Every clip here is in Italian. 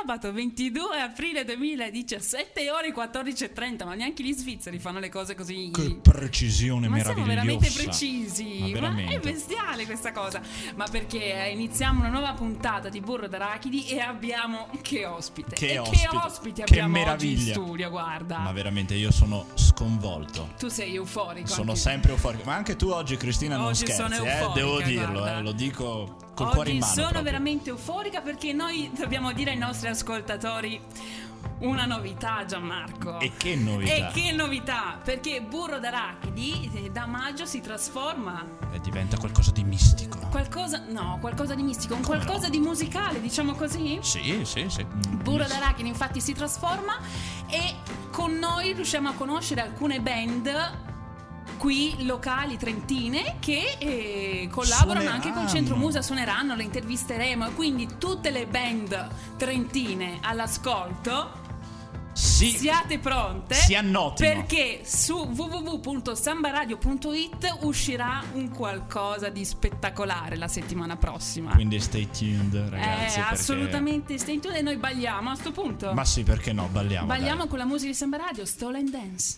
sabato 22 aprile 2017, ore 14:30. Ma neanche gli svizzeri fanno le cose così. Che precisione ma meravigliosa. siamo veramente precisi. Ma veramente. Ma è bestiale questa cosa. Ma perché iniziamo una nuova puntata di Burro d'Arachidi e abbiamo che ospite. Che ospiti che abbiamo meraviglia. oggi in studio, guarda. Ma veramente io sono sconvolto. Tu sei euforico. Sono anche. sempre euforico. Ma anche tu oggi, Cristina, non Oggi scherzi, sono euforica, devo dirlo, guarda. lo dico col cuore in mano. Oggi sono proprio. veramente euforica perché noi dobbiamo dire ai nostri ascoltatori una novità, Gianmarco. E che novità? E che novità? Perché Burro d'Arachidi da maggio si trasforma E diventa qualcosa di mistico. qualcosa di mistico, un qualcosa di musicale, diciamo così? Sì. Burro d'Arachidi infatti si trasforma e con noi riusciamo a conoscere alcune band qui locali trentine che collaborano anche col Centro Musa, suoneranno, le intervisteremo, e quindi tutte le band trentine all'ascolto siate pronte, si annotino, perché su www.sambaradio.it uscirà un qualcosa di spettacolare la settimana prossima. quindi stay tuned, ragazzi, perché... assolutamente stay tuned. E noi balliamo a sto punto. Ma sì, perché no, balliamo dai. Con la musica di Samba Radio, Stolen Dance.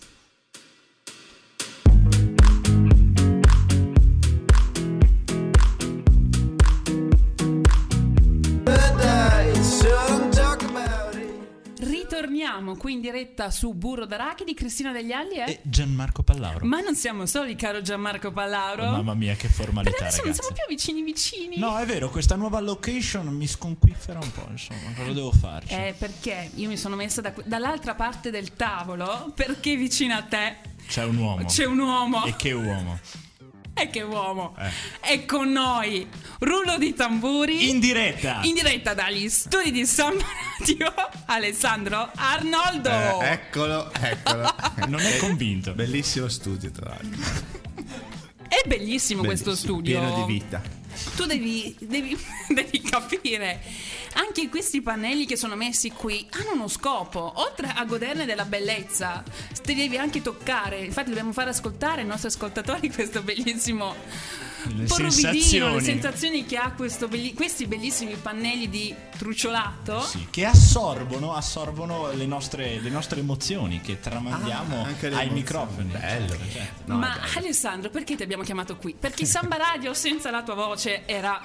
Ritorniamo qui in diretta su Burro d'Arachidi, Cristina Degli Alli e Gianmarco Pallauro. Ma non siamo soli, caro Gianmarco Pallauro. Oh, mamma mia, che formalità, per adesso ragazzi. non siamo più vicini. No, è vero, questa nuova location mi sconquiffera un po', insomma, cosa devo farci? Perché io mi sono messa dall'altra parte del tavolo, perché vicino a te C'è un uomo. E che uomo? E che uomo. È con noi rullo di tamburi in diretta dagli studi di Samba Radio, Alessandro Arnoldo. Eccolo. Non è convinto. Bellissimo studio, tra l'altro. È bellissimo questo studio, pieno di vita. Tu devi capire, anche questi pannelli che sono messi qui hanno uno scopo. Oltre a goderne della bellezza, ti devi anche toccare. Infatti dobbiamo far ascoltare ai nostri ascoltatori questo bellissimo porrovidino, le sensazioni che ha questi bellissimi pannelli di truciolato, sì, che assorbono le nostre emozioni che tramandiamo ai microfoni. Bello. No, ma dai. Alessandro, perché ti abbiamo chiamato qui? Perché Samba Radio senza la tua voce era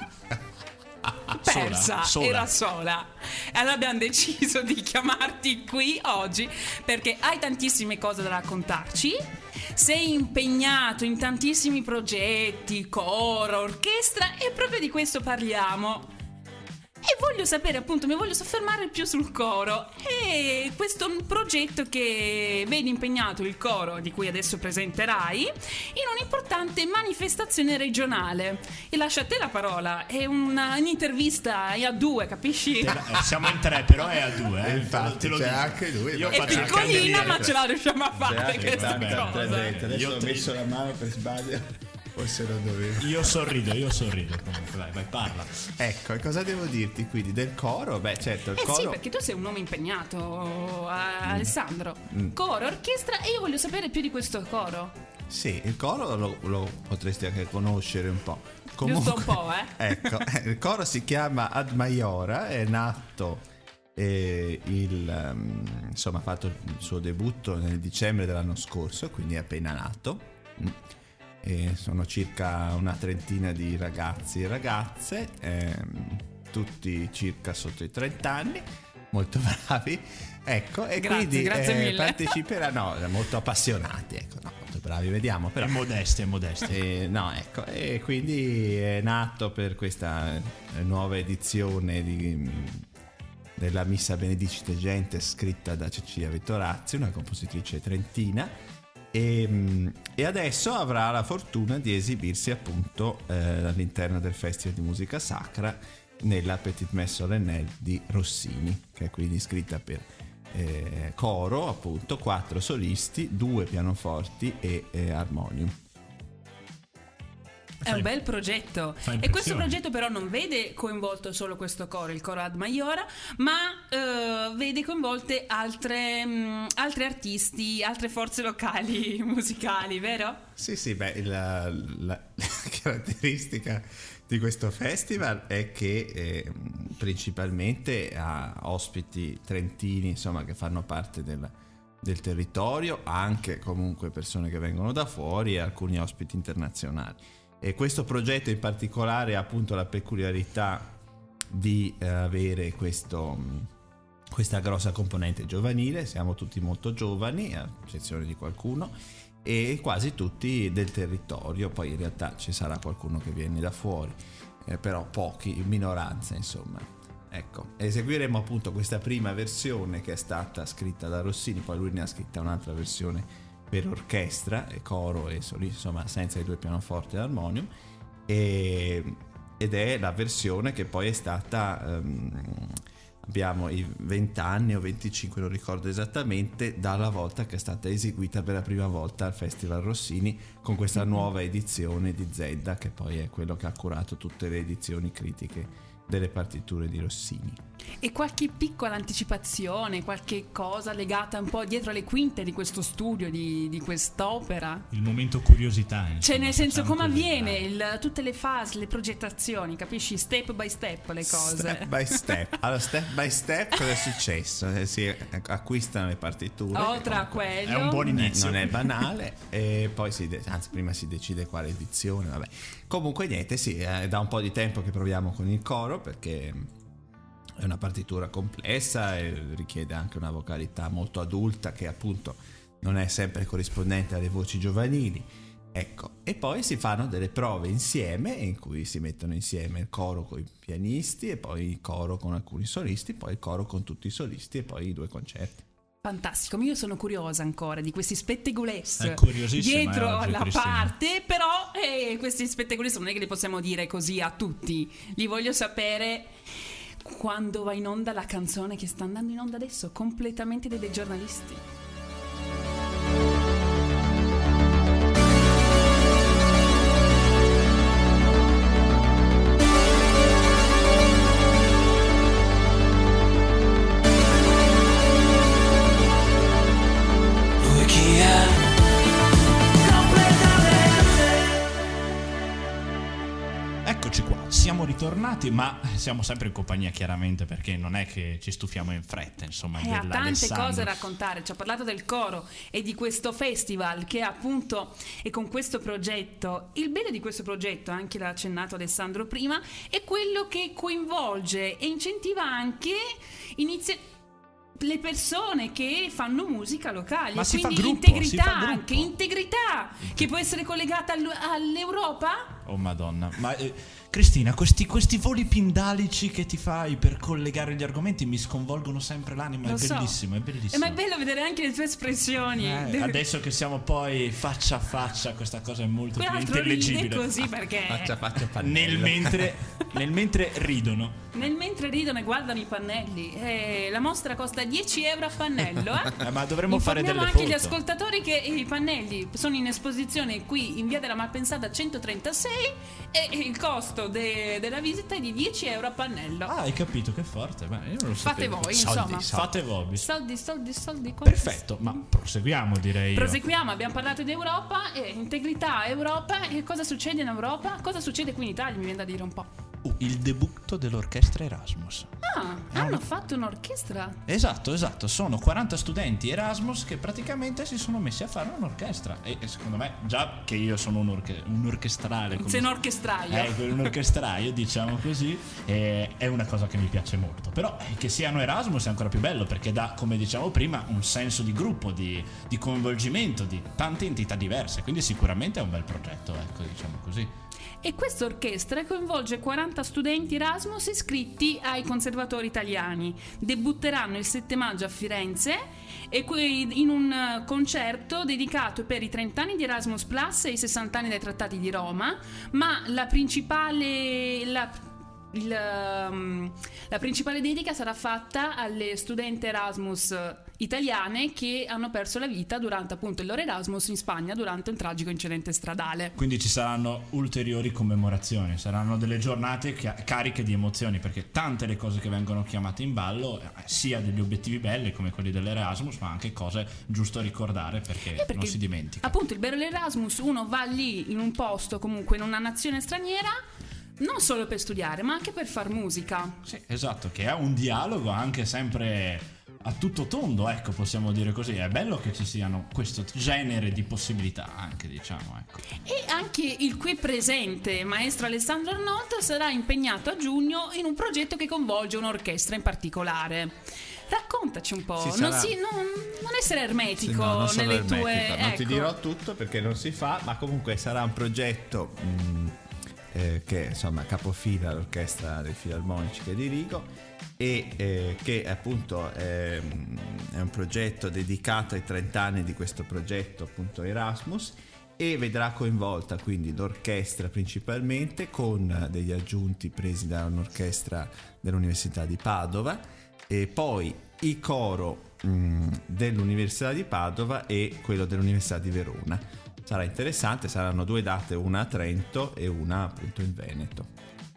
persa, era sola. E allora abbiamo deciso di chiamarti qui oggi perché hai tantissime cose da raccontarci. Sei impegnato in tantissimi progetti, coro, orchestra, e proprio di questo parliamo. E voglio sapere, appunto, mi voglio soffermare più sul coro. E questo progetto che vede impegnato il coro, di cui adesso presenterai, in un'importante manifestazione regionale. E lascia a te la parola. È un'intervista a due, capisci? Siamo in tre, però è a due. Infatti, te lo c'è dico. anche lui. Io è piccolina, ma ce la riusciamo a fare questa cosa. Adesso ho messo la mano per sbaglio. Forse non dovevo. Io sorrido comunque, vai, parla. Ecco, e cosa devo dirti quindi del coro? Beh, certo, il coro. Sì, perché tu sei un uomo impegnato, Alessandro. Coro, orchestra, e io voglio sapere più di questo coro. Sì, il coro lo potresti anche conoscere un po'. Giusto un po', Ecco, il coro si chiama Ad Maiora, è nato insomma, ha fatto il suo debutto nel dicembre dell'anno scorso, quindi è appena nato. E sono circa una trentina di ragazzi e ragazze, tutti circa sotto i 30 anni, molto bravi, ecco, e quindi parteciperanno, molto appassionati, ecco, no, molto bravi, vediamo, però. È modesti. No, ecco, e quindi è nato per questa nuova edizione della Missa Benedicite Gentes, scritta da Cecilia Vittorazzi, una compositrice trentina. E adesso avrà la fortuna di esibirsi appunto all'interno del Festival di Musica Sacra nella Petite Messe Solennelle di Rossini, che è quindi scritta per coro, appunto, 4 solisti, 2 pianoforti e armonium. È un bel progetto. E questo progetto però non vede coinvolto solo questo coro, il coro Ad Maiora, ma vede coinvolte altri artisti, altre forze locali musicali, vero? Sì, beh, caratteristica di questo festival è che principalmente ha ospiti trentini, insomma, che fanno parte del territorio, anche comunque persone che vengono da fuori e alcuni ospiti internazionali. E questo progetto in particolare ha appunto la peculiarità di avere questa grossa componente giovanile. Siamo tutti molto giovani, a eccezione di qualcuno, e quasi tutti del territorio. Poi in realtà ci sarà qualcuno che viene da fuori, però pochi, minoranza, insomma. Ecco, eseguiremo appunto questa prima versione che è stata scritta da Rossini, poi lui ne ha scritta un'altra versione per orchestra e coro e insomma senza i 2 pianoforti e l'armonium, ed è la versione che poi è stata abbiamo i 20 anni o 25, non ricordo esattamente, dalla volta che è stata eseguita per la prima volta al Festival Rossini, con questa nuova edizione di Zedda, che poi è quello che ha curato tutte le edizioni critiche delle partiture di Rossini. E qualche piccola anticipazione, qualche cosa legata un po' dietro le quinte di questo studio, di quest'opera? Il momento curiosità, insomma, cioè, nel senso, come avviene tutte le fasi, le progettazioni, capisci? Step by step le cose. Step by step. Allora, step by step cosa è successo? Si acquistano le partiture. Oltre a quello, è un buon inizio. Non è banale. E poi anzi, prima si decide quale edizione, vabbè. Comunque niente, sì, è da un po' di tempo che proviamo con il coro, perché è una partitura complessa e richiede anche una vocalità molto adulta, che appunto non è sempre corrispondente alle voci giovanili. Ecco, e poi si fanno delle prove insieme in cui si mettono insieme il coro con i pianisti e poi il coro con alcuni solisti, poi il coro con tutti i solisti e poi i 2 concerti. Fantastico, io sono curiosa ancora di questi spettegulessi dietro alla Cristina. Parte, però questi spettegulessi non è che li possiamo dire così a tutti, li voglio sapere quando va in onda la canzone che sta andando in onda adesso, completamente dei giornalisti. Eccoci qua, siamo ritornati, ma siamo sempre in compagnia, chiaramente, perché non è che ci stufiamo in fretta, insomma. Ha tante cose da raccontare, ci ha parlato del coro e di questo festival che appunto è con questo progetto. Il bene di questo progetto, anche l'ha accennato Alessandro prima, è quello che coinvolge e incentiva anche le persone che fanno musica locale, ma quindi integrità, che può essere collegata all'Europa. Oh Madonna, ma Cristina, questi voli pindalici che ti fai per collegare gli argomenti mi sconvolgono sempre l'anima. È bellissimo, è bellissimo. Ma è bello vedere anche le tue espressioni. Adesso che siamo poi faccia a faccia, questa cosa è molto più intellegibile. Così perché faccia a faccia pannello. Nel mentre ridono. Nel mentre ridono e guardano i pannelli. La mostra costa 10 euro a pannello. Ma dovremmo fare delle foto. Informiamo anche gli ascoltatori che i pannelli sono in esposizione qui in via della Malpensata 136 e il costo della visita è di 10 euro a pannello. Ah, hai capito, che forte. Beh, io non lo fate sapevo. Voi, insomma. Fate voi. Soldi. Perfetto, ma proseguiamo, direi. Proseguiamo, abbiamo parlato di Europa, integrità, Europa. E cosa succede in Europa? Cosa succede qui in Italia? Mi viene da dire un po'. Il debutto dell'orchestra Erasmus. Hanno fatto un'orchestra? Esatto, sono 40 studenti Erasmus che praticamente si sono messi a fare un'orchestra. E secondo me, già che io sono un orchestrale, sei un orchestraio. Un orchestraio, diciamo così, è una cosa che mi piace molto. Però che siano Erasmus è ancora più bello, perché dà, come diciamo prima, un senso di gruppo, di coinvolgimento di tante entità diverse. Quindi sicuramente è un bel progetto, ecco, diciamo così. E questa orchestra coinvolge 40 studenti Erasmus iscritti ai conservatori italiani. Debutteranno il 7 maggio a Firenze e in un concerto dedicato per i 30 anni di Erasmus Plus e i 60 anni dai Trattati di Roma. Ma la principale la principale dedica sarà fatta alle studente Erasmus italiane che hanno perso la vita durante appunto il loro Erasmus in Spagna durante un tragico incidente stradale. Quindi ci saranno ulteriori commemorazioni, saranno delle giornate cariche di emozioni, perché tante le cose che vengono chiamate in ballo, sia degli obiettivi belli come quelli dell'Erasmus, ma anche cose giusto a ricordare perché non si dimentica. Appunto il bello dell'Erasmus, uno va lì in un posto, comunque in una nazione straniera, non solo per studiare ma anche per far musica. Sì, esatto, che è un dialogo anche sempre a tutto tondo, ecco, possiamo dire così. È bello che ci siano questo genere di possibilità anche, diciamo, ecco. E anche il qui presente maestro Alessandro Arnoldo sarà impegnato a giugno in un progetto che coinvolge un'orchestra in particolare. Raccontaci un po', non essere ermetico, sì, no, nelle ermetico. tue... Non ti dirò tutto perché non si fa, ma comunque sarà un progetto che insomma capofila l'orchestra dei filarmonici che dirigo, e che appunto è un progetto dedicato ai 30 anni di questo progetto appunto Erasmus, e vedrà coinvolta quindi l'orchestra principalmente, con degli aggiunti presi da un'orchestra dell'Università di Padova, e poi il coro dell'Università di Padova e quello dell'Università di Verona. Sarà interessante, saranno 2 date, una a Trento e una appunto in Veneto.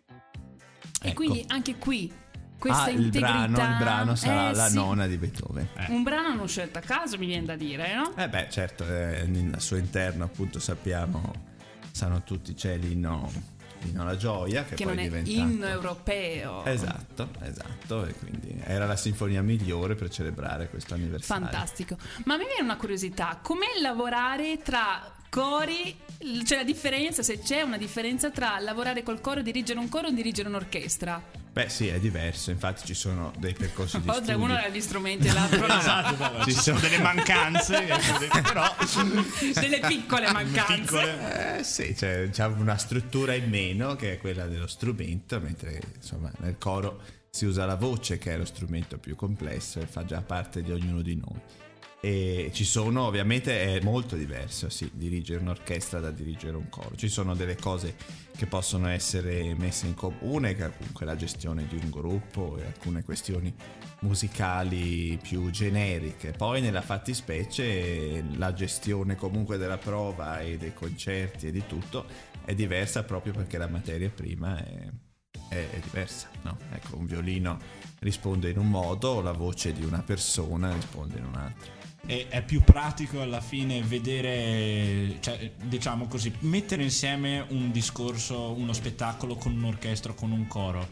E quindi anche qui questa integrità, il brano sarà la sì. nona di Beethoven. Un brano non scelto a caso, mi viene da dire, no? Beh, certo, al suo interno appunto sappiamo, sanno tutti, c'è l'inno alla gioia che poi non è è diventato inno europeo. Esatto, e quindi era la sinfonia migliore per celebrare questo anniversario. Fantastico. Ma a me viene una curiosità, com'è lavorare tra cori? C'è la differenza, se c'è una differenza tra lavorare col coro, dirigere un coro o dirigere un'orchestra? Beh sì, è diverso, infatti ci sono dei percorsi di Oltre studio. uno ha gli strumenti e l'altro no. Esatto, ci sono delle mancanze, però delle piccole mancanze. Sì, c'è una struttura in meno che è quella dello strumento, mentre insomma nel coro si usa la voce, che è lo strumento più complesso e fa già parte di ognuno di noi. E ci sono, ovviamente è molto diverso, sì, dirigere un'orchestra da dirigere un coro. Ci sono delle cose che possono essere messe in comune, che comunque la gestione di un gruppo e alcune questioni musicali più generiche. Poi nella fattispecie la gestione comunque della prova e dei concerti e di tutto è diversa, proprio perché la materia prima è diversa, no? Ecco, un violino risponde in un modo, la voce di una persona risponde in un altro. E è più pratico alla fine vedere, cioè, diciamo così, mettere insieme un discorso, uno spettacolo con un'orchestra, con un coro.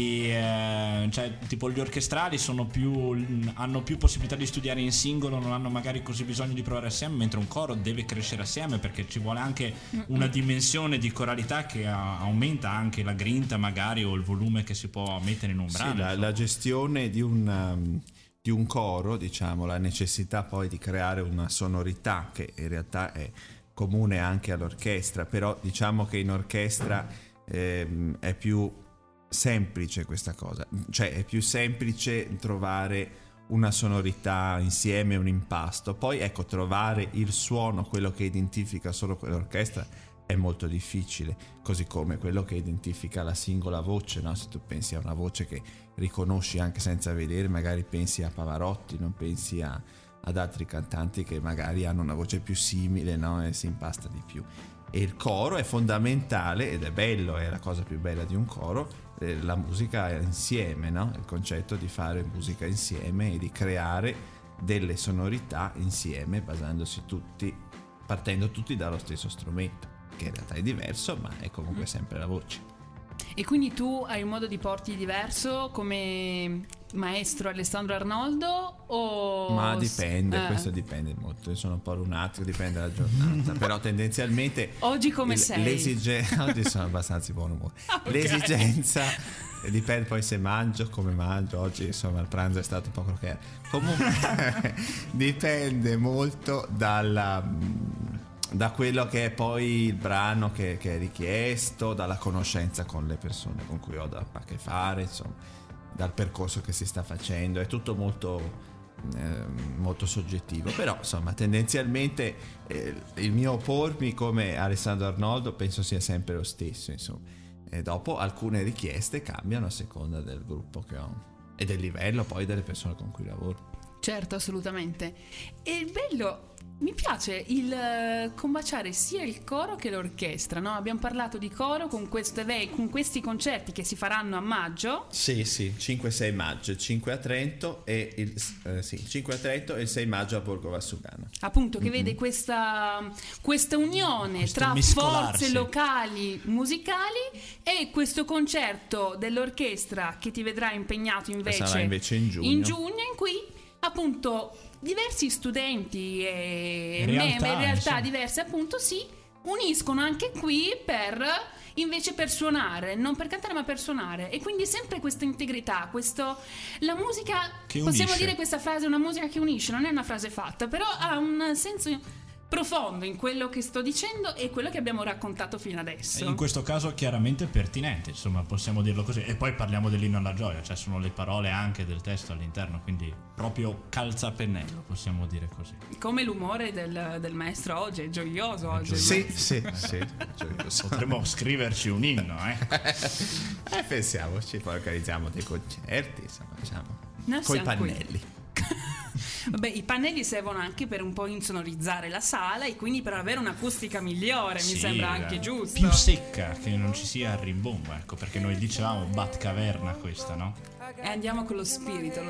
E cioè, tipo gli orchestrali hanno più possibilità di studiare in singolo, non hanno magari così bisogno di provare assieme, mentre un coro deve crescere assieme, perché ci vuole anche una dimensione di coralità che aumenta anche la grinta magari, o il volume che si può mettere in un brano. Sì, la gestione di un coro, diciamo, la necessità poi di creare una sonorità che in realtà è comune anche all'orchestra, però diciamo che in orchestra è più semplice questa cosa, cioè è più semplice trovare una sonorità insieme, un impasto. Poi ecco, trovare il suono, quello che identifica solo quell'orchestra, è molto difficile, così come quello che identifica la singola voce, no? Se tu pensi a una voce che riconosci anche senza vedere, magari pensi a Pavarotti, non pensi ad altri cantanti che magari hanno una voce più simile, no? E si impasta di più. E il coro è fondamentale, ed è bello, è la cosa più bella di un coro, la musica insieme, no? Il concetto di fare musica insieme e di creare delle sonorità insieme, partendo tutti dallo stesso strumento, che in realtà è diverso, ma è comunque sempre la voce. E quindi tu hai un modo di porti diverso come maestro Alessandro Arnoldo o... Ma dipende, questo dipende molto. Io sono un po' lunatico, dipende dalla giornata. Però tendenzialmente oggi come sei? Oggi sono abbastanza buon umore. Okay. L'esigenza dipende poi se mangio, come mangio. Oggi insomma il pranzo è stato un po' crocchero. Comunque dipende molto da quello che è poi il brano che è richiesto, dalla conoscenza con le persone con cui ho a che fare, insomma, dal percorso che si sta facendo. È tutto molto molto soggettivo, però insomma tendenzialmente il mio pormi come Alessandro Arnoldo penso sia sempre lo stesso, insomma. E dopo alcune richieste cambiano a seconda del gruppo che ho e del livello poi delle persone con cui lavoro. Certo, assolutamente. E il bello, mi piace il combaciare sia il coro che l'orchestra, no? Abbiamo parlato di coro con questi concerti che si faranno a maggio. Sì, 5-6 maggio, 5 a Trento e il 5 a Trento e il 6 maggio a Borgo Valsugana. Appunto, che vede questa unione Questo tra mescolarsi. forze locali musicali e questo concerto dell'orchestra che ti vedrà impegnato invece, Sarà invece in giugno. in cui appunto diversi studenti e realtà diverse appunto si uniscono anche qui per suonare, non per cantare ma per suonare, e quindi sempre questa integrità, la musica che possiamo unisce. dire questa frase è una musica che unisce, non è una frase fatta, però ha un senso profondo in quello che sto dicendo e quello che abbiamo raccontato fino adesso. In questo caso chiaramente pertinente, insomma, possiamo dirlo così. E poi parliamo dell'inno alla gioia, cioè sono le parole anche del testo all'interno, quindi proprio calza a pennello, possiamo dire così. Come l'umore del maestro oggi, è gioioso oggi. Sì. Potremmo scriverci un inno, Pensiamoci, poi organizziamo dei concerti, insomma, facciamo Noi coi siamo qui. pannelli. Vabbè, i pannelli servono anche per un po' insonorizzare la sala e quindi per avere un'acustica migliore, mi sembra anche giusto. Più secca, che non ci sia il rimbombo, ecco, perché noi dicevamo Batcaverna questa, no? E andiamo con lo spirito.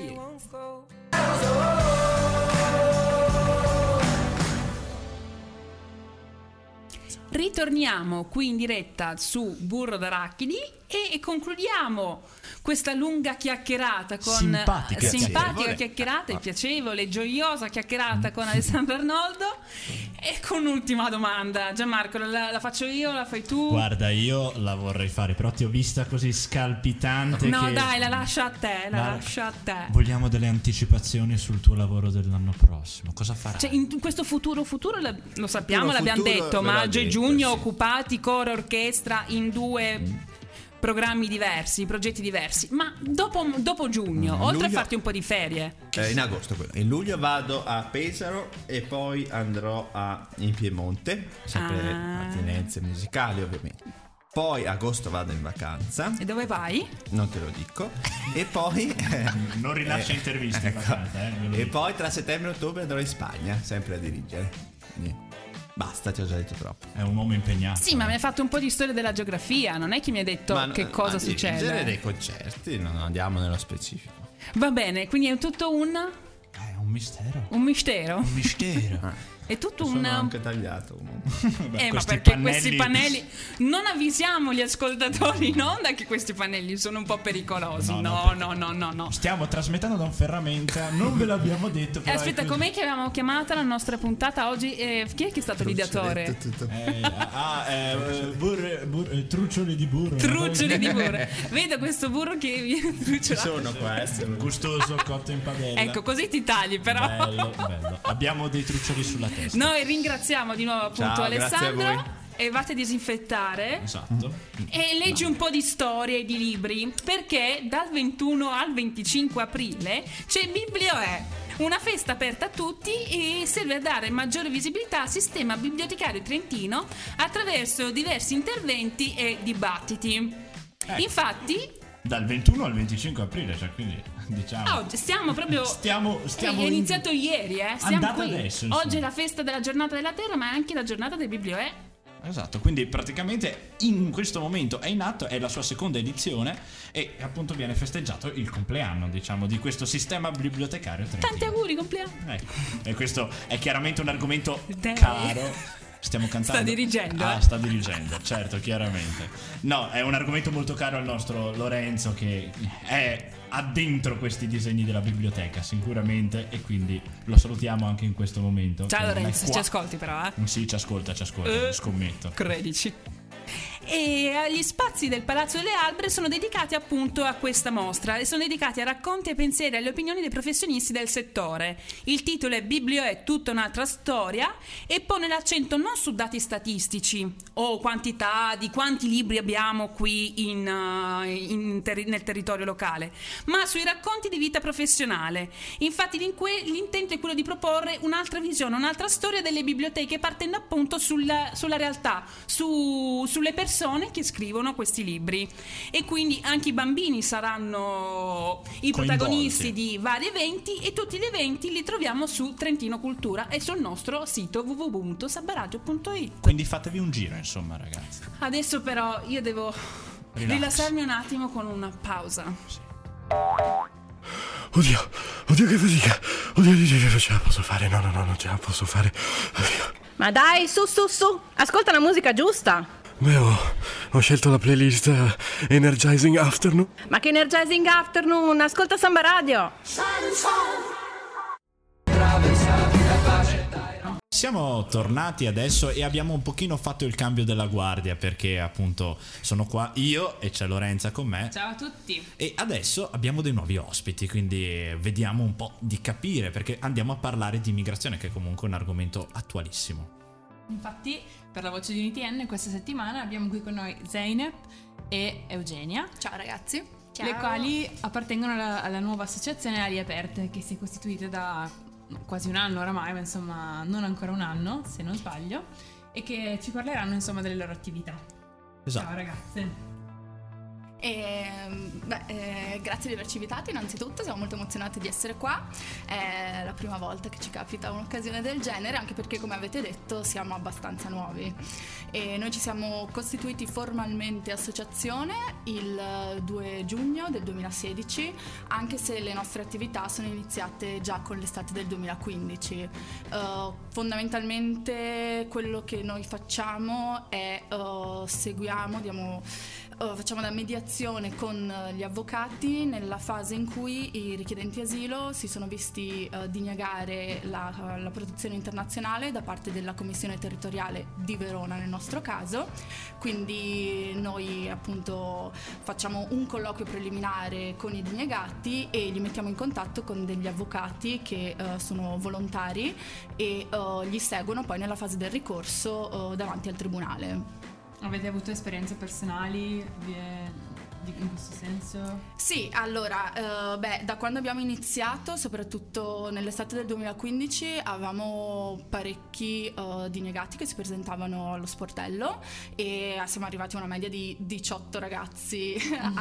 Ritorniamo qui in diretta su Burro d'Arachidi e concludiamo questa lunga chiacchierata con simpatica chiacchierata e piacevole, gioiosa chiacchierata con Alessandro Arnoldo, e con un'ultima domanda. Gianmarco, la faccio io, la fai tu? Guarda, io la vorrei fare, però ti ho vista così scalpitante. No, che... dai, la lascio a te. Vogliamo delle anticipazioni sul tuo lavoro dell'anno prossimo. Cosa farai? Cioè, in questo futuro lo sappiamo, l'abbiamo futuro detto, ve l'ho maggio e detto, giugno sì. occupati coro e orchestra in due programmi diversi, progetti diversi. Ma dopo giugno, oltre luglio- a farti un po' di ferie, In agosto quello. In luglio vado a Pesaro e poi andrò in Piemonte, sempre attinenze musicali ovviamente. Poi agosto vado in vacanza, e dove vai? non te lo dico. E poi Non rilascia interviste in vacanza, ve lo E dico. poi tra settembre e ottobre andrò in Spagna, sempre a dirigere. Basta, ti ho già detto troppo. È un uomo impegnato. Sì, ma mi hai fatto un po' di storia della geografia, non è che mi hai detto che cosa succede. Dirigere dei concerti, non andiamo nello specifico. Va bene, quindi è tutto un È un mistero. mistero. Un mistero. È tutto Sono un anche tagliato comunque. Beh, ma questi perché questi pannelli non avvisiamo gli ascoltatori in onda che questi pannelli sono un po' pericolosi. No. Stiamo trasmettendo da un ferramenta, non ve l'abbiamo detto. Però Aspetta, è così. com'è che avevamo chiamata la nostra puntata oggi? Chi è che è stato l'ideatore? Truccioli di burro. Truccioli di burro. Vedo questo burro che viene Ci trucciolato. sono qua, Gustoso, cotto in padella. Ecco, così ti tagli però. Bello. Abbiamo dei truccioli sulla testa. Noi ringraziamo di nuovo appunto Ciao, grazie a Alessandro. voi. E vate a disinfettare. Esatto. E leggi un po' di storie e di libri, perché dal 21 al 25 aprile c'è Biblioè, una festa aperta a tutti e serve a dare maggiore visibilità al sistema bibliotecario trentino attraverso diversi interventi e dibattiti. Infatti, Dal 21 al 25 aprile, cioè quindi diciamo oggi stiamo proprio. stiamo È iniziato ieri, siamo Andata qui. adesso, insomma. Oggi è la festa della giornata della terra, ma è anche la giornata del Biblioè. Esatto, quindi praticamente in questo momento è in atto, è la sua seconda edizione e appunto viene festeggiato il compleanno, diciamo, di questo sistema bibliotecario trentino. Tanti auguri, compleanno. Ecco, e questo è chiaramente un argomento Dai. caro. Stiamo cantando. Sta dirigendo, Sta dirigendo, certo, chiaramente. No, è un argomento molto caro al nostro Lorenzo, che ha dentro questi disegni della biblioteca sicuramente, e quindi lo salutiamo anche in questo momento. Ciao che non è Lorenzo, qua. ci ascolti però, Sì, ci ascolta, scommetto. credici. E gli spazi del Palazzo delle Albre sono dedicati appunto a questa mostra e sono dedicati a racconti e pensieri e alle opinioni dei professionisti del settore. Il titolo è Biblioè, tutta un'altra storia, e pone l'accento non su dati statistici o quantità di quanti libri abbiamo qui nel territorio locale, ma sui racconti di vita professionale. Infatti l'intento è quello di proporre un'altra visione, un'altra storia delle biblioteche, partendo appunto sulla realtà, sulle persone persone che scrivono questi libri, e quindi anche i bambini saranno i protagonisti di vari eventi, e tutti gli eventi li troviamo su Trentino Cultura e sul nostro sito www.sabbaradio.it. Quindi fatevi un giro, insomma, ragazzi. Adesso però io devo rilassarmi un attimo con una pausa. Sì. Oddio che fatica. Oddio, non ce la posso fare. No, non ce la posso fare. Oddio. Ma dai, su. Ascolta la musica giusta. Beh, ho scelto la playlist Energizing Afternoon. Ma che Energizing Afternoon? Ascolta Samba Radio. Siamo tornati adesso e abbiamo un pochino fatto il cambio della guardia, perché appunto sono qua io e c'è Lorenza con me. Ciao a tutti. E adesso abbiamo dei nuovi ospiti, quindi vediamo un po' di capire, perché andiamo a parlare di immigrazione, che è comunque un argomento attualissimo. Infatti, per la voce di UNITN questa settimana abbiamo qui con noi Zeynep e Eugenia. Ciao ragazzi. Ciao. Le quali appartengono alla nuova associazione Ali Aperte, che si è costituita da quasi un anno oramai, ma insomma non ancora un anno se non sbaglio, e che ci parleranno insomma delle loro attività. Esatto. Ciao ragazze. Grazie di averci invitato innanzitutto, siamo molto emozionati di essere qua, è la prima volta che ci capita un'occasione del genere, anche perché come avete detto siamo abbastanza nuovi e noi ci siamo costituiti formalmente associazione il 2 giugno del 2016, anche se le nostre attività sono iniziate già con l'estate del 2015. Fondamentalmente quello che noi facciamo è facciamo da mediazione con gli avvocati nella fase in cui i richiedenti asilo si sono visti diniegare la protezione internazionale da parte della Commissione territoriale di Verona nel nostro caso. Quindi noi appunto facciamo un colloquio preliminare con i diniegati e li mettiamo in contatto con degli avvocati che sono volontari e li seguono poi nella fase del ricorso davanti al tribunale. Avete avuto esperienze personali in questo senso? Sì, allora, da quando abbiamo iniziato, soprattutto nell'estate del 2015, avevamo parecchi diniegati che si presentavano allo sportello e siamo arrivati a una media di 18 ragazzi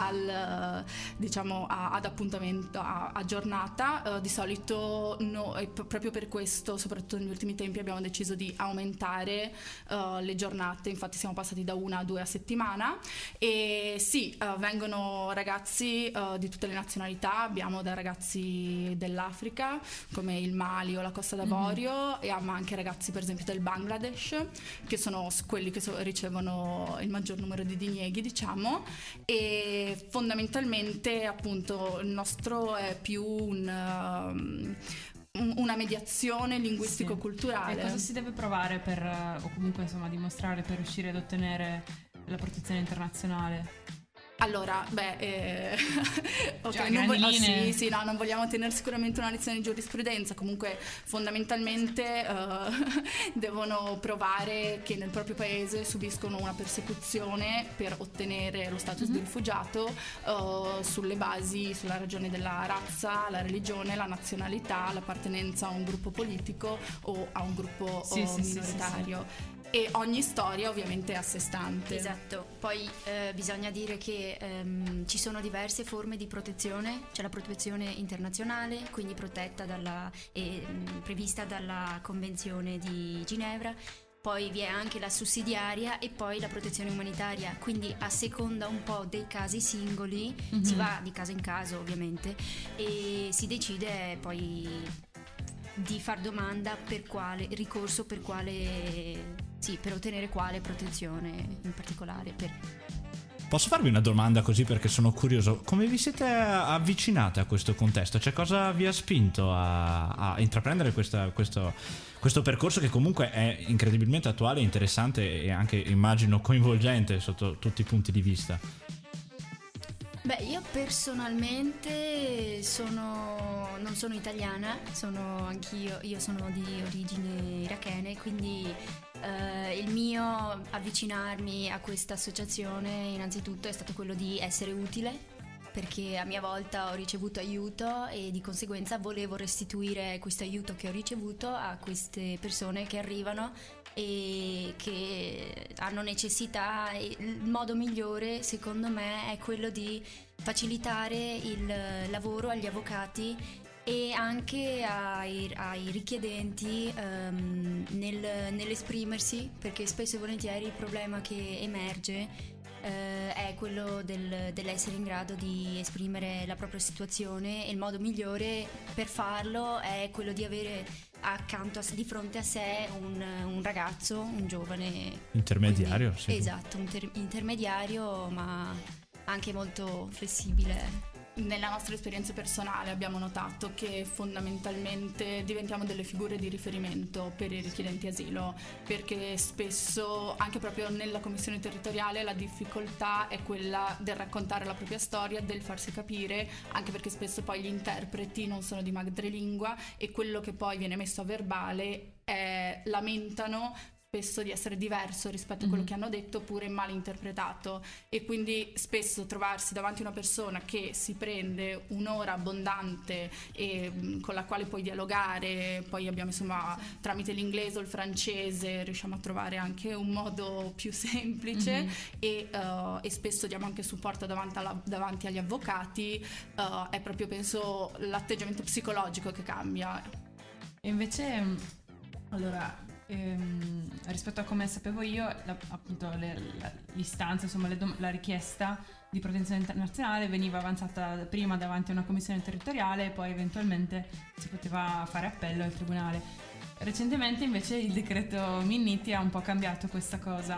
ad appuntamento, a giornata. Di solito proprio per questo, soprattutto negli ultimi tempi, abbiamo deciso di aumentare le giornate, infatti siamo passati da 1 a 2 a settimana e sì, vengono ragazzi di tutte le nazionalità, abbiamo da ragazzi dell'Africa come il Mali o la Costa d'Avorio e abbiamo anche ragazzi per esempio del Bangladesh, che sono quelli che ricevono il maggior numero di dinieghi, diciamo, e fondamentalmente appunto il nostro è più una mediazione linguistico-culturale. E cosa si deve provare o comunque insomma dimostrare per riuscire ad ottenere la protezione internazionale? Allora, non vogliamo tenere sicuramente una lezione di giurisprudenza, comunque fondamentalmente devono provare che nel proprio paese subiscono una persecuzione per ottenere lo status di rifugiato sulle basi, sulla ragione della razza, la religione, la nazionalità, l'appartenenza a un gruppo politico o a un gruppo minoritario. Sì. E ogni storia ovviamente è a sé stante. Esatto, poi bisogna dire che ci sono diverse forme di protezione, c'è la protezione internazionale, quindi protetta prevista dalla Convenzione di Ginevra, poi vi è anche la sussidiaria e poi la protezione umanitaria, quindi a seconda un po' dei casi singoli, si va di caso in caso ovviamente e si decide poi di far domanda per quale ricorso, per ottenere quale protezione in particolare. Posso farvi una domanda così perché sono curioso? Come vi siete avvicinate a questo contesto? Cioè cosa vi ha spinto a intraprendere questo percorso che comunque è incredibilmente attuale, interessante e anche immagino coinvolgente sotto tutti i punti di vista? Io personalmente non sono italiana, io sono di origine irachene, quindi il mio avvicinarmi a questa associazione innanzitutto è stato quello di essere utile perché a mia volta ho ricevuto aiuto e di conseguenza volevo restituire questo aiuto che ho ricevuto a queste persone che arrivano e che hanno necessità. Il modo migliore secondo me è quello di facilitare il lavoro agli avvocati e anche ai richiedenti nell'esprimersi, perché spesso e volentieri il problema che emerge è quello dell'essere in grado di esprimere la propria situazione, e il modo migliore per farlo è quello di avere accanto di fronte a sé un ragazzo, un giovane intermediario. Quindi, sì. Esatto, un intermediario, ma anche molto flessibile. Nella nostra esperienza personale abbiamo notato che fondamentalmente diventiamo delle figure di riferimento per i richiedenti asilo, perché spesso anche proprio nella commissione territoriale la difficoltà è quella del raccontare la propria storia, del farsi capire, anche perché spesso poi gli interpreti non sono di madrelingua e quello che poi viene messo a verbale lamentano spesso di essere diverso rispetto a quello che hanno detto, oppure mal interpretato, e quindi spesso trovarsi davanti a una persona che si prende un'ora abbondante e con la quale puoi dialogare, poi abbiamo insomma tramite l'inglese o il francese riusciamo a trovare anche un modo più semplice e spesso diamo anche supporto davanti agli avvocati, è proprio penso l'atteggiamento psicologico che cambia. E invece allora rispetto a come sapevo io, appunto l'istanza, insomma la richiesta di protezione internazionale veniva avanzata prima davanti a una commissione territoriale e poi eventualmente si poteva fare appello al tribunale. Recentemente invece il decreto Minniti ha un po' cambiato questa cosa,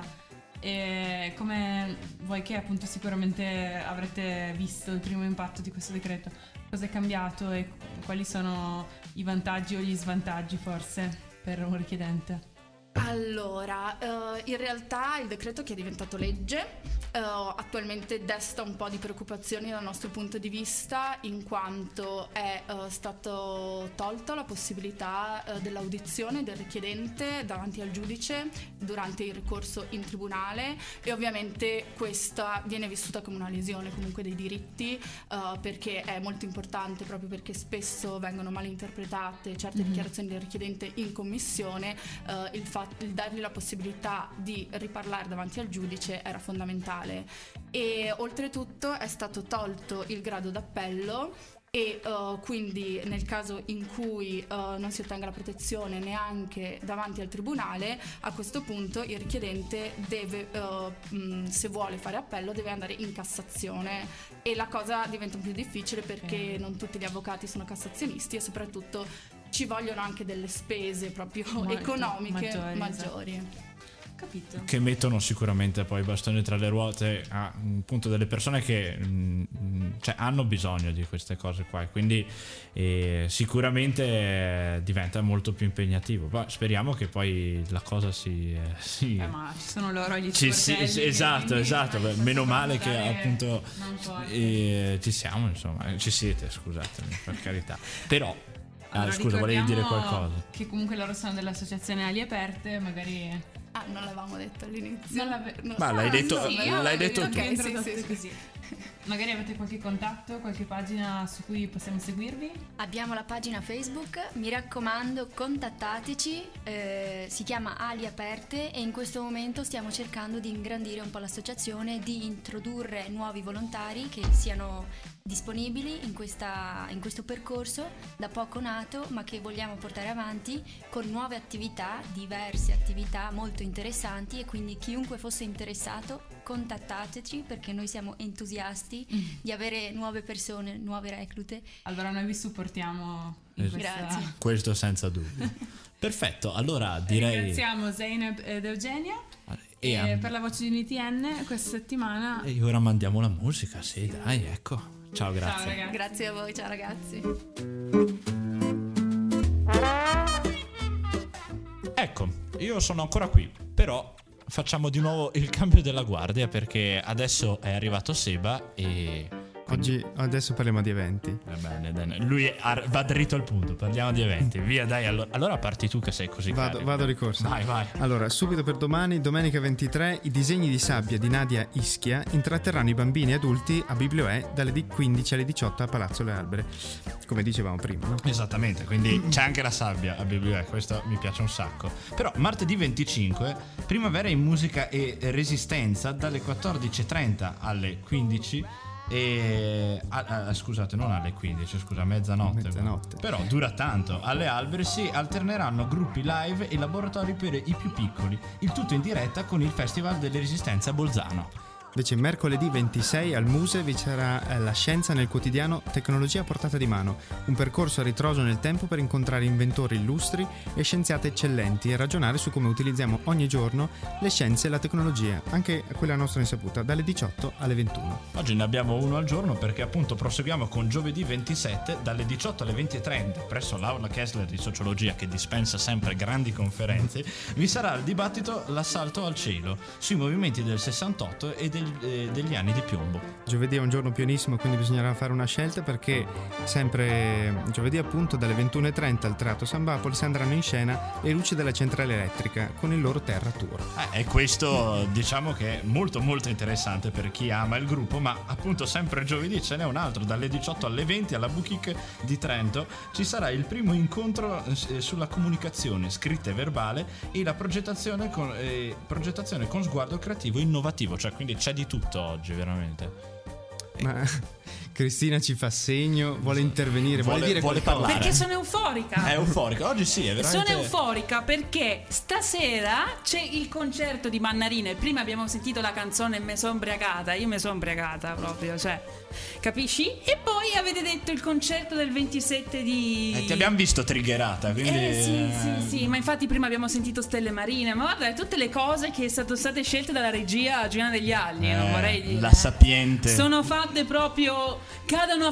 e come voi che appunto sicuramente avrete visto il primo impatto di questo decreto, cosa è cambiato e quali sono i vantaggi o gli svantaggi forse per un richiedente? Allora, in realtà il decreto che è diventato legge attualmente desta un po' di preoccupazioni dal nostro punto di vista, in quanto è stato tolto la possibilità dell'audizione del richiedente davanti al giudice durante il ricorso in tribunale, e ovviamente questa viene vissuta come una lesione comunque dei diritti, perché è molto importante, proprio perché spesso vengono mal interpretate certe dichiarazioni del richiedente in commissione. Il dargli la possibilità di riparlare davanti al giudice era fondamentale, e oltretutto è stato tolto il grado d'appello, e quindi nel caso in cui non si ottenga la protezione neanche davanti al tribunale, a questo punto il richiedente deve, se vuole fare appello, deve andare in Cassazione, e la cosa diventa più difficile perché non tutti gli avvocati sono cassazionisti e soprattutto ci vogliono anche delle spese proprio economiche maggiori. Capito. Che mettono sicuramente poi i bastoni tra le ruote a appunto delle persone che hanno bisogno di queste cose qua, e quindi sicuramente diventa molto più impegnativo. Poi speriamo che poi la cosa si ma ci sono loro gli esatto. Meno male che appunto ci siamo, insomma, ci siete, scusatemi, per carità. Però allora, scusa, volevi dire qualcosa? Che comunque loro sono dell'associazione Ali Aperte, magari. Non l'avevamo detto all'inizio. Ma l'hai detto, l'hai detto tu. Okay, sì. Così. Magari avete qualche contatto, qualche pagina su cui possiamo seguirvi? Abbiamo la pagina Facebook, mi raccomando contattateci, si chiama Ali Aperte, e in questo momento stiamo cercando di ingrandire un po' l'associazione, di introdurre nuovi volontari che siano disponibili in questo percorso da poco nato, ma che vogliamo portare avanti con nuove attività, diverse attività molto interessanti, e quindi chiunque fosse interessato contattateci, perché noi siamo entusiasti di avere nuove persone, nuove reclute. Allora noi vi supportiamo in Grazie. Questo senza dubbio. Perfetto, allora direi ringraziamo Zeynep ed Eugenia e per la voce di UnityN questa settimana. E ora mandiamo la musica, sì, dai, ecco. Ciao, grazie. Ciao, ragazzi. Grazie a voi, ciao ragazzi. Ecco, io sono ancora qui, però facciamo di nuovo il cambio della guardia, perché adesso è arrivato Seba e Adesso parliamo di eventi. Bene. Lui va dritto al punto, parliamo di eventi. Via, dai, allora parti tu che sei così carico. Vado a ricorso. Vai. Allora, subito per domani, domenica 23, i disegni di sabbia di Nadia Ischia intratterranno i bambini e adulti a Biblioè dalle 15 alle 18 a Palazzo Le Albere, come dicevamo prima, no? Esattamente, quindi c'è anche la sabbia a Biblioè, questo mi piace un sacco. Però martedì 25, primavera in musica e resistenza dalle 14:30 alle 15. Scusate, non alle 15, scusa, mezzanotte. Però dura tanto. Alle Alberi si alterneranno gruppi live e laboratori per i più piccoli, il tutto in diretta con il Festival delle Resistenze a Bolzano. Invece mercoledì 26 al Muse vi sarà la scienza nel quotidiano Tecnologia a portata di mano, un percorso a ritroso nel tempo per incontrare inventori illustri e scienziate eccellenti e ragionare su come utilizziamo ogni giorno le scienze e la tecnologia, anche quella a nostra insaputa, dalle 18 alle 21. Oggi ne abbiamo uno al giorno perché appunto proseguiamo con giovedì 27 dalle 18 alle 20:30 presso l'Aula Kessler di Sociologia, che dispensa sempre grandi conferenze. Vi sarà il dibattito L'assalto al cielo sui movimenti del 68 e degli anni di piombo. Giovedì è un giorno pienissimo, quindi bisognerà fare una scelta, perché sempre giovedì appunto dalle 21:30 al Teatro San Bapolis andranno in scena le luci della centrale elettrica con il loro Terra Tour. E questo diciamo che è molto molto interessante per chi ama il gruppo, ma appunto sempre giovedì ce n'è un altro dalle 18 alle 20 alla Buchic di Trento. Ci sarà il primo incontro sulla comunicazione scritta e verbale e la progettazione con sguardo creativo e innovativo, cioè quindi c'è di tutto oggi veramente. Ma Cristina ci fa segno, vuole intervenire, vuole parlare. Perché sono euforica. È euforica, oggi sì, è veramente. Sono euforica perché stasera c'è il concerto di Mannarino. Prima abbiamo sentito la canzone Me son ubriacata. Io mi sono ubriacata proprio, cioè, capisci? E poi avete detto il concerto del 27 di... ti abbiamo visto triggerata, quindi... Sì, ma infatti prima abbiamo sentito Stelle Marine. Ma guarda, tutte le cose che sono state scelte dalla regia Giuliana Degli Agli, non vorrei dire. La sapiente. Sono fatte proprio... cadono a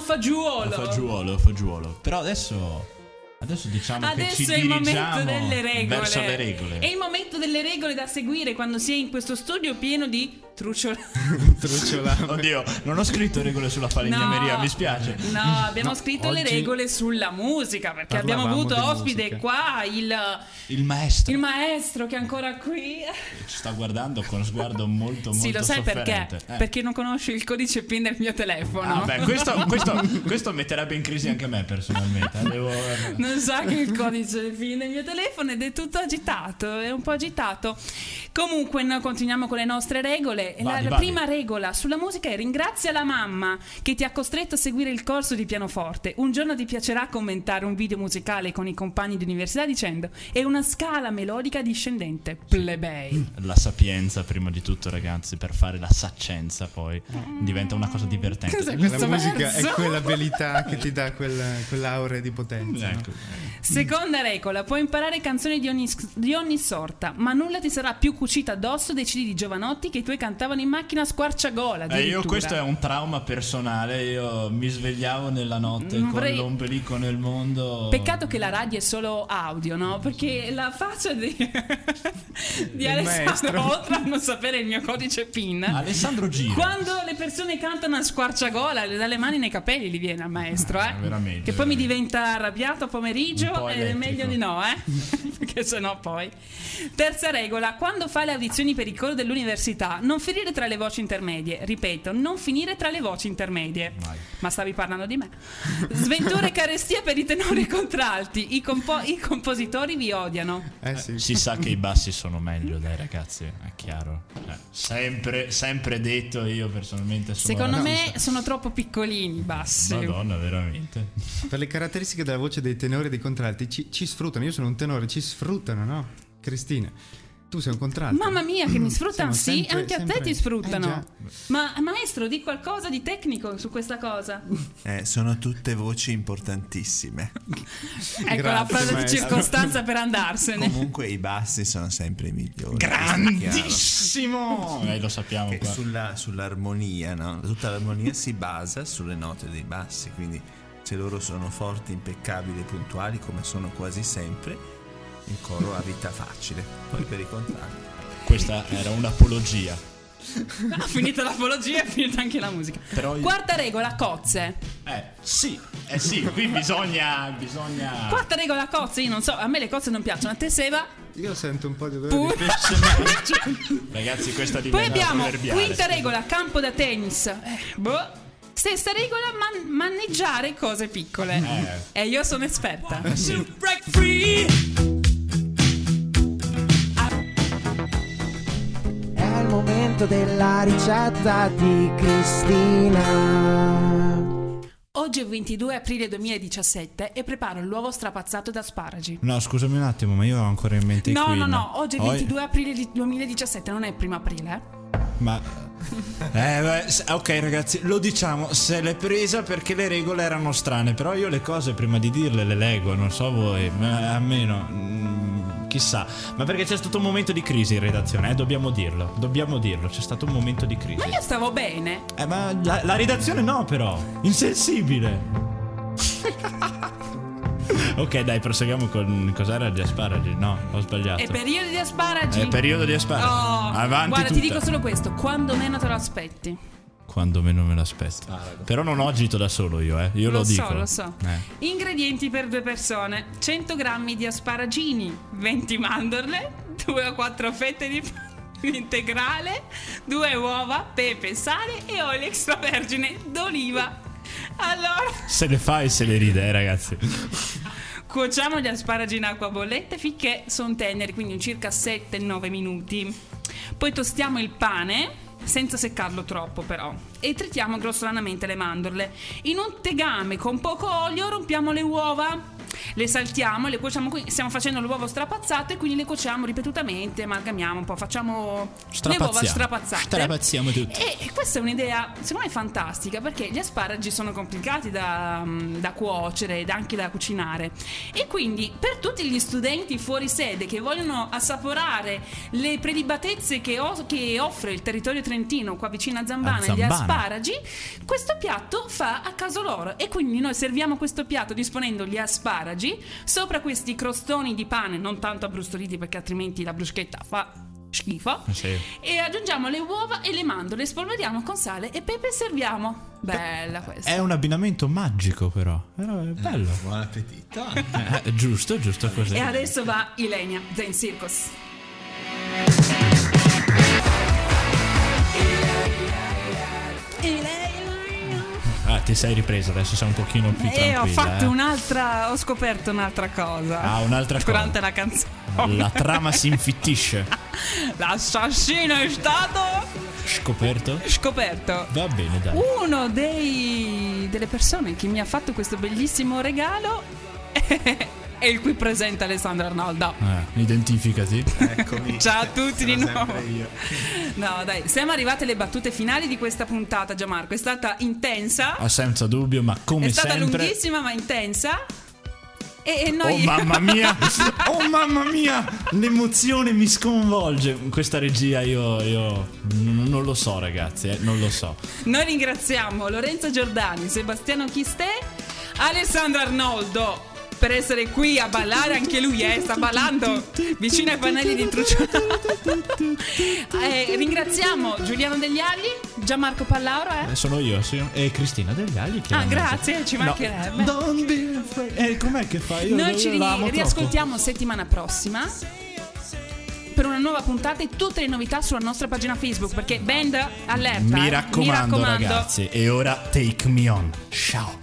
fagiolo. Però adesso diciamo adesso che ci è il momento dirigiamo delle regole. verso le regole. È il momento delle regole da seguire quando si è in questo studio pieno di trucciolame. Oddio, non ho scritto regole sulla falegnameria, mi spiace. No, abbiamo scritto le regole sulla musica, perché abbiamo avuto ospite qua il maestro che è ancora qui. Ci sta guardando con sguardo molto sì, lo sai sofferente. Perché? Perché non conosce il codice PIN del mio telefono. Questo metterebbe in crisi anche me personalmente. Non sa che il codice PIN del mio telefono ed è tutto agitato, è un po' agitato. Comunque noi continuiamo con le nostre regole. La prima regola sulla musica è: ringrazia la mamma che ti ha costretto a seguire il corso di pianoforte. Un giorno ti piacerà commentare un video musicale con i compagni di università dicendo: è una scala melodica discendente, plebei. La sapienza prima di tutto, ragazzi, per fare la saccenza poi diventa una cosa divertente. Cos'è la musica verso? È quell'abilità che ti dà quell'aura di potenza, ecco. No? Seconda regola: puoi imparare canzoni di ogni sorta, ma nulla ti sarà più cucito addosso dei CD di Giovanotti che i tuoi cantavano in macchina a squarciagola. Io questo è un trauma personale. Io mi svegliavo nella notte con l'ombelico nel mondo. Peccato che la radio è solo audio, no? Perché la faccia di Alessandro, oltre a non sapere il mio codice PIN, Alessandro gira. Quando le persone cantano a squarciagola, dalle mani nei capelli gli viene al maestro, veramente, che poi mi diventa arrabbiato a pomeriggio ed è meglio di no, perché sennò poi. Terza regola: quando fai le audizioni per il coro dell'università, non finire tra le voci intermedie. Ripeto, non finire tra le voci intermedie. Vai. Ma stavi parlando di me. Sventura e carestia per i tenori e contralti. I compositori vi odiano. Sì. Si sa che i bassi sono meglio, dai ragazzi, è chiaro. Sempre detto, io personalmente secondo me sono troppo piccolini i bassi. Madonna, veramente. Per le caratteristiche della voce dei tenori e dei contralti ci sfruttano. Io sono un tenore, ci sfruttano, no? Cristina, tu sei un contralto. Mamma mia, che mi sfruttano. Sì, sempre, anche a te ti sfruttano. Già. Ma maestro, di qualcosa di tecnico su questa cosa. Sono tutte voci importantissime. Ecco, la frase di circostanza per andarsene. Comunque i bassi sono sempre i migliori. Grandissimo! Lo sappiamo qua. Sull'armonia, no? Tutta l'armonia si basa sulle note dei bassi, quindi se loro sono forti, impeccabili e puntuali, come sono quasi sempre, il coro ha vita facile. Poi per i contrari. Questa era un'apologia. Ha finito l'apologia, è finita anche la musica. Però Quarta regola, cozze. Sì, qui bisogna. Quarta regola, cozze. Io non so, a me le cozze non piacciono. A te, Seba? Io sento un po' di odore di pesce. Ragazzi, questa diventa Poi abbiamo proverbiale. quinta regola, campo da tennis. Stessa regola, maneggiare cose piccole. E io sono esperta. Break free. È il momento della ricetta di Cristina. Oggi è 22 aprile 2017 e preparo l'uovo strapazzato d'asparagi. No, scusami un attimo, ma io ho ancora in mente i Queen. No, oggi è 22 aprile 2017, non è il 1 aprile. Ma ok ragazzi, lo diciamo, se l'è presa perché le regole erano strane, però io le cose prima di dirle le leggo, non so voi, ma a me no, chissà, ma perché c'è stato un momento di crisi in redazione, dobbiamo dirlo, c'è stato un momento di crisi. Ma io stavo bene. Ma la redazione no, però, insensibile. Ok, dai, proseguiamo con cos'era gli asparagi? No, ho sbagliato. È periodo di asparagi. È periodo di asparagi. Avanti. Guarda, tutta. ti dico solo questo: quando meno te lo aspetti. Quando meno me l'aspetto. Però non ho agito da solo io, io lo dico. Lo so. Ingredienti per 2 persone: 100 grammi di asparagini, 20 mandorle, 2 o 4 fette di integrale, 2 uova, pepe, sale e olio extravergine d'oliva. Allora, se le fa e se le ride, ragazzi. Cuociamo gli asparagi in acqua bollente finché sono teneri, quindi circa 7-9 minuti. Poi tostiamo il pane, senza seccarlo troppo però, e tritiamo grossolanamente le mandorle. In un tegame con poco olio rompiamo le uova, le saltiamo, le cuociamo qui. Stiamo facendo l'uovo strapazzato e quindi le cuociamo ripetutamente, amalgamiamo un po', facciamo le uova strapazzate. Strapazziamo tutto. E questa è un'idea secondo me fantastica, perché gli asparagi sono complicati da cuocere ed anche da cucinare, e quindi per tutti gli studenti fuori sede che vogliono assaporare le prelibatezze che offre il territorio trentino qua vicino a Zambana, gli asparagi, questo piatto fa a caso loro. E quindi noi serviamo questo piatto disponendo gli asparagi sopra questi crostoni di pane non tanto abbrustoliti, perché altrimenti la bruschetta fa schifo, sì. E aggiungiamo le uova e le mandorle, spolveriamo con sale e pepe e serviamo. Bella questa. È un abbinamento magico, però è bello. Buon appetito. Giusto così. E adesso va Ilenia Zen Circus. Ti sei ripresa, adesso sei un pochino più tranquilla. Ho scoperto un'altra cosa. Un'altra cosa. Durante la canzone. La trama si infittisce. L'assassino è stato scoperto. Va bene, dai. Uno delle persone che mi ha fatto questo bellissimo regalo è il qui presente Alessandro Arnoldo. Identificati. Eccomi. Ciao a tutti di nuovo. Io. No, dai, siamo arrivate alle battute finali di questa puntata, Gianmarco. È stata intensa. Senza dubbio, ma come sempre. È stata lunghissima ma intensa. E noi... Oh mamma mia! L'emozione mi sconvolge. Questa regia io non lo so, ragazzi, non lo so. Noi ringraziamo Lorenzo Giordani, Sebastiano Chistè, Alessandro Arnoldo per essere qui a ballare. Anche lui sta ballando vicino ai pannelli di intrucciato. Ringraziamo Giuliano Degli Agli, Gianmarco Pallauro sono io, sì. E Cristina Degli Agli. Grazie, ci mancherebbe. Don't be afraid. Com'è che fai? Noi ci riascoltiamo settimana prossima per una nuova puntata e tutte le novità sulla nostra pagina Facebook, perché band allerta. Mi raccomando. Ragazzi. E ora take me on. Ciao.